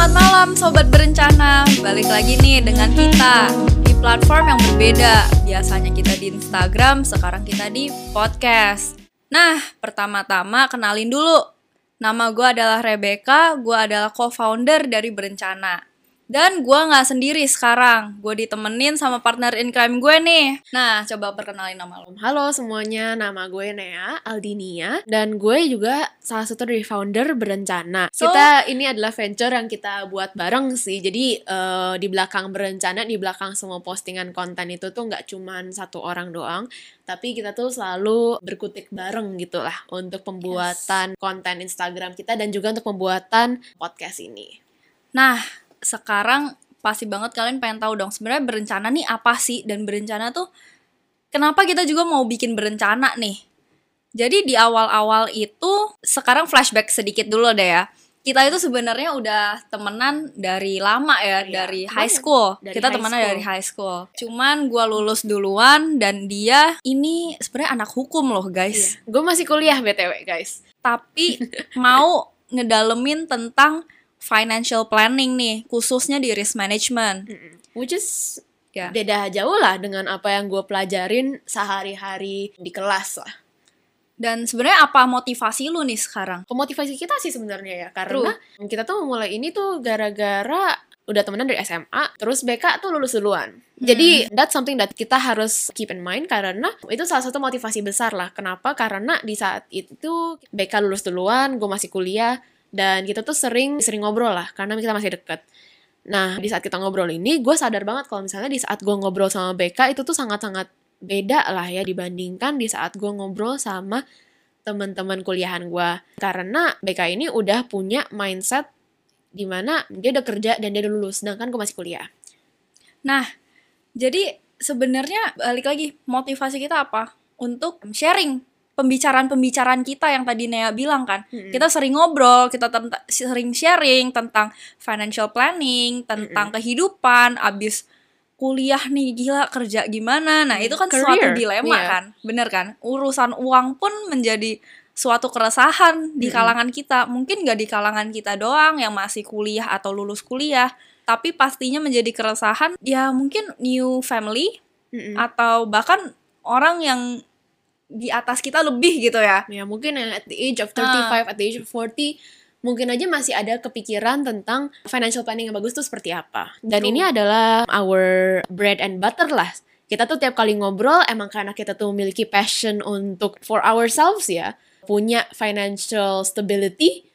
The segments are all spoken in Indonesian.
Selamat malam Sobat Berencana. Balik lagi nih dengan kita di platform yang berbeda. Biasanya kita di Instagram, sekarang kita di podcast. Nah, pertama-tama kenalin dulu. Nama gue adalah Rebecca, gue adalah co-founder dari Berencana. Dan gue gak sendiri sekarang, gue ditemenin sama partner in crime gue nih. Nah, coba perkenalin nama lo. Halo semuanya, nama gue Nea Aldinia. Dan gue juga salah satu dari founder Berencana. Kita ini adalah venture yang kita buat bareng sih. Jadi di belakang Berencana, di belakang semua postingan konten itu tuh gak cuman satu orang doang, tapi kita tuh selalu berkutik bareng gitu lah untuk pembuatan konten Instagram kita dan juga untuk pembuatan podcast ini. Nah, sekarang pasti banget kalian pengen tahu dong sebenarnya Berencana nih apa sih, dan Berencana tuh kenapa kita juga mau bikin Berencana nih. Jadi di awal-awal itu, sekarang flashback sedikit dulu deh ya. Kita itu sebenarnya udah temenan dari lama ya, dari high school. Kita temenan dari high school. Cuman gue lulus duluan dan dia ini sebenarnya anak hukum loh guys. Gue masih kuliah BTW guys. Tapi mau ngedalemin tentang financial planning nih, khususnya di risk management. Which is beda jauh lah dengan apa yang gue pelajarin sehari-hari di kelas lah. Dan sebenarnya apa motivasi lu nih sekarang? Motivasi kita sih sebenarnya ya, karena kita tuh mulai ini tuh gara-gara udah temenan dari SMA, terus BK tuh lulus duluan. Jadi that's something that kita harus keep in mind, karena itu salah satu motivasi besar lah. Kenapa? Karena di saat itu BK lulus duluan, gue masih kuliah, dan kita tuh sering ngobrol lah, karena kita masih deket. Nah, di saat kita ngobrol ini, gue sadar banget kalau misalnya di saat gue ngobrol sama BK, itu tuh sangat-sangat beda lah ya dibandingkan di saat gue ngobrol sama teman-teman kuliahan gue. Karena BK ini udah punya mindset dimana dia udah kerja dan dia udah lulus, sedangkan gue masih kuliah. Nah, jadi sebenarnya balik lagi, motivasi kita apa? Untuk sharing pembicaraan kita yang tadi Nea bilang kan. Kita sering ngobrol, kita sering sharing tentang financial planning, tentang kehidupan, abis kuliah nih, gila kerja gimana. Nah itu kan suatu dilema kan, bener kan? Urusan uang pun menjadi suatu keresahan di kalangan kita. Mungkin gak di kalangan kita doang yang masih kuliah atau lulus kuliah, tapi pastinya menjadi keresahan ya mungkin new family, atau bahkan orang yang di atas kita lebih gitu ya. Ya mungkin yang at the age of 35, at the age of 40, mungkin aja masih ada kepikiran tentang financial planning yang bagus tuh seperti apa. Dan ini adalah our bread and butter lah. Kita tuh tiap kali ngobrol, emang karena kita tuh memiliki passion untuk for ourselves ya, punya financial stability.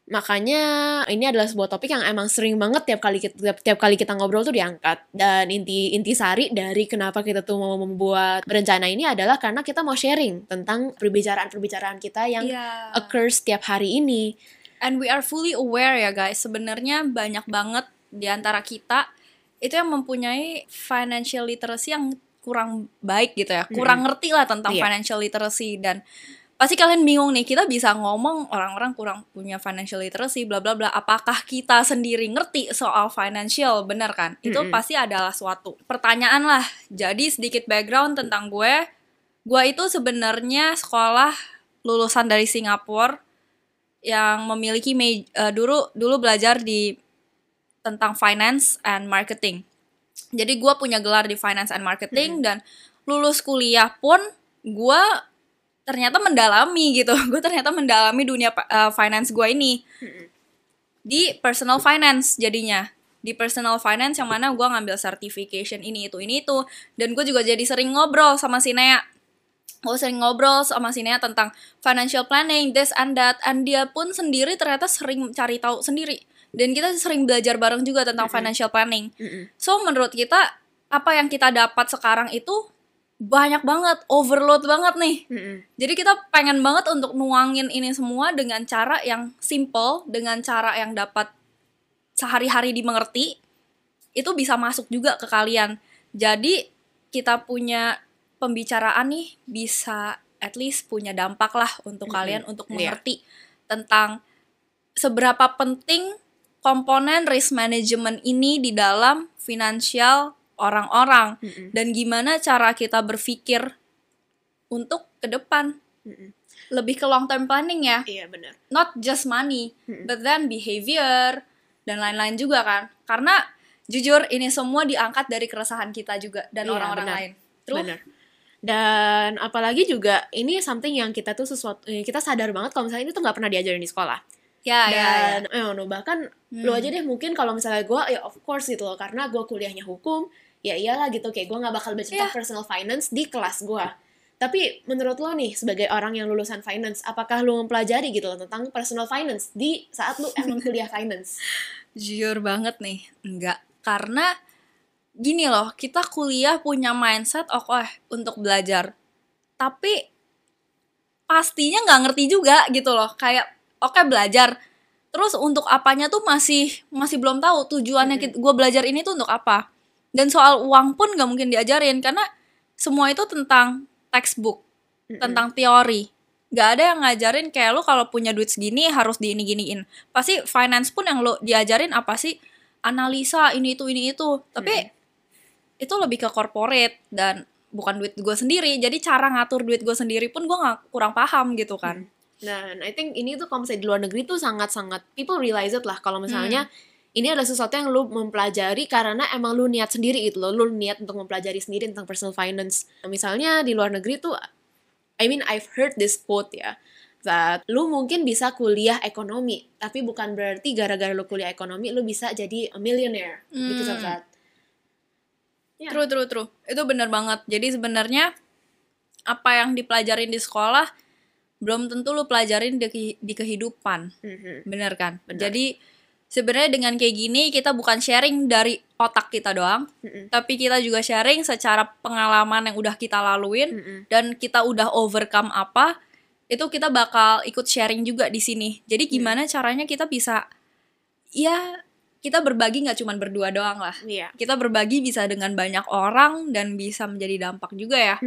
Makanya ini adalah sebuah topik yang emang sering banget tiap kali kita ngobrol tuh diangkat. Dan inti sari dari kenapa kita tuh mau membuat Berencana ini adalah karena kita mau sharing tentang perbicaraan kita yang occurs tiap hari ini. And we are fully aware ya guys, sebenarnya banyak banget di antara kita itu yang mempunyai financial literacy yang kurang baik gitu ya, kurang ngerti lah tentang financial literacy. Dan pasti kalian bingung nih, kita bisa ngomong orang-orang kurang punya financial literacy bla bla bla, apakah kita sendiri ngerti soal financial, bener kan? Itu pasti adalah suatu pertanyaan lah. Jadi sedikit background tentang gue itu sebenarnya sekolah lulusan dari Singapura yang memiliki dulu belajar di tentang finance and marketing. Jadi gue punya gelar di finance and marketing, dan lulus kuliah pun gue ternyata mendalami gitu. Gue ternyata mendalami dunia finance gue ini di personal finance jadinya. Di personal finance yang mana gue ngambil certification ini itu. Dan gue juga jadi sering ngobrol sama si Nea. Gue sering ngobrol sama si Nea tentang financial planning, this and that. And dia pun sendiri ternyata sering cari tahu sendiri. Dan kita sering belajar bareng juga tentang financial planning. So menurut kita, apa yang kita dapat sekarang itu banyak banget, overload banget nih. Jadi kita pengen banget untuk nuangin ini semua dengan cara yang simple, dengan cara yang dapat sehari-hari dimengerti, itu bisa masuk juga ke kalian. Jadi kita punya pembicaraan nih bisa at least punya dampak lah untuk kalian untuk mengerti tentang seberapa penting komponen risk management ini di dalam finansial orang-orang, dan gimana cara kita berpikir untuk ke depan. Lebih ke long term planning ya. Iya benar. Not just money, but then behavior, dan lain-lain juga kan. Karena jujur ini semua diangkat dari keresahan kita juga dan orang-orang lain. True? Bener. Dan apalagi juga ini something yang kita tuh kita sadar banget kalau misalnya ini tuh nggak pernah diajarin di sekolah. Dan bahkan lu aja deh mungkin kalau misalnya gue ya of course gitu loh, karena gue kuliahnya hukum, ya iyalah gitu, kayak gue nggak bakal baca tentang personal finance di kelas gue. Tapi menurut lo nih sebagai orang yang lulusan finance, apakah lo mempelajari gitu loh tentang personal finance di saat lo emang kuliah finance? Jujur banget nih, enggak. Karena gini loh, kita kuliah punya mindset untuk belajar, tapi pastinya nggak ngerti juga gitu loh. Kayak belajar, terus untuk apanya tuh masih belum tahu tujuannya. Gue belajar ini tuh untuk apa. Dan soal uang pun nggak mungkin diajarin, karena semua itu tentang textbook, tentang teori. Nggak ada yang ngajarin kayak lo kalau punya duit segini harus giniin. Pasti finance pun yang lo diajarin apa sih? Analisa ini itu. Tapi itu lebih ke corporate dan bukan duit gue sendiri. Jadi cara ngatur duit gue sendiri pun gue kurang paham gitu kan. Dan I think ini tuh kalau misalnya di luar negeri tuh sangat-sangat people realize it lah kalau misalnya ini adalah sesuatu yang lu mempelajari karena emang lu niat sendiri gitu loh. Lu niat untuk mempelajari sendiri tentang personal finance. Nah, misalnya di luar negeri tuh, I've heard this quote ya, that lu mungkin bisa kuliah ekonomi, tapi bukan berarti gara-gara lu kuliah ekonomi lu bisa jadi a millionaire because of that. True. Itu benar banget. Jadi sebenarnya apa yang dipelajarin di sekolah belum tentu lu pelajarin di kehidupan. Bener kan? Bener. Jadi sebenarnya dengan kayak gini kita bukan sharing dari otak kita doang, tapi kita juga sharing secara pengalaman yang udah kita laluin dan kita udah overcome apa, itu kita bakal ikut sharing juga di sini. Jadi gimana caranya kita bisa, ya kita berbagi nggak cuma berdua doang lah. Kita berbagi bisa dengan banyak orang dan bisa menjadi dampak juga ya.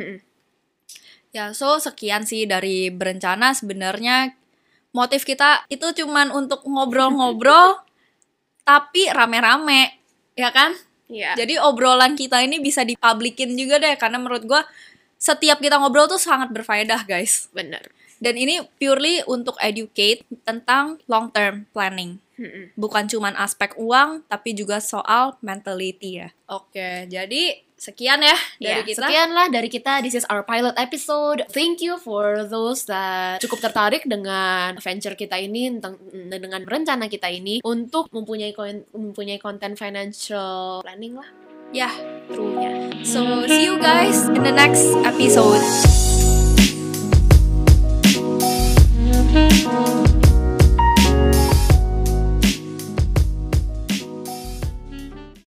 Ya, so sekian sih dari Berencana. Sebenarnya motif kita itu cuman untuk ngobrol-ngobrol tapi rame-rame, ya kan? Jadi obrolan kita ini bisa dipublikin juga deh, karena menurut gue setiap kita ngobrol tuh sangat berfaedah, guys. Bener. Dan ini purely untuk educate tentang long term planning. Bukan cuman aspek uang, tapi juga soal mentality ya. Oke, jadi sekian ya dari kita. Sekian lah dari kita. This is our pilot episode. Thank you for those that cukup tertarik dengan venture kita ini, dengan rencana kita ini untuk mempunyai konten financial planning lah. Ya, true-nya. So, see you guys in the next episode.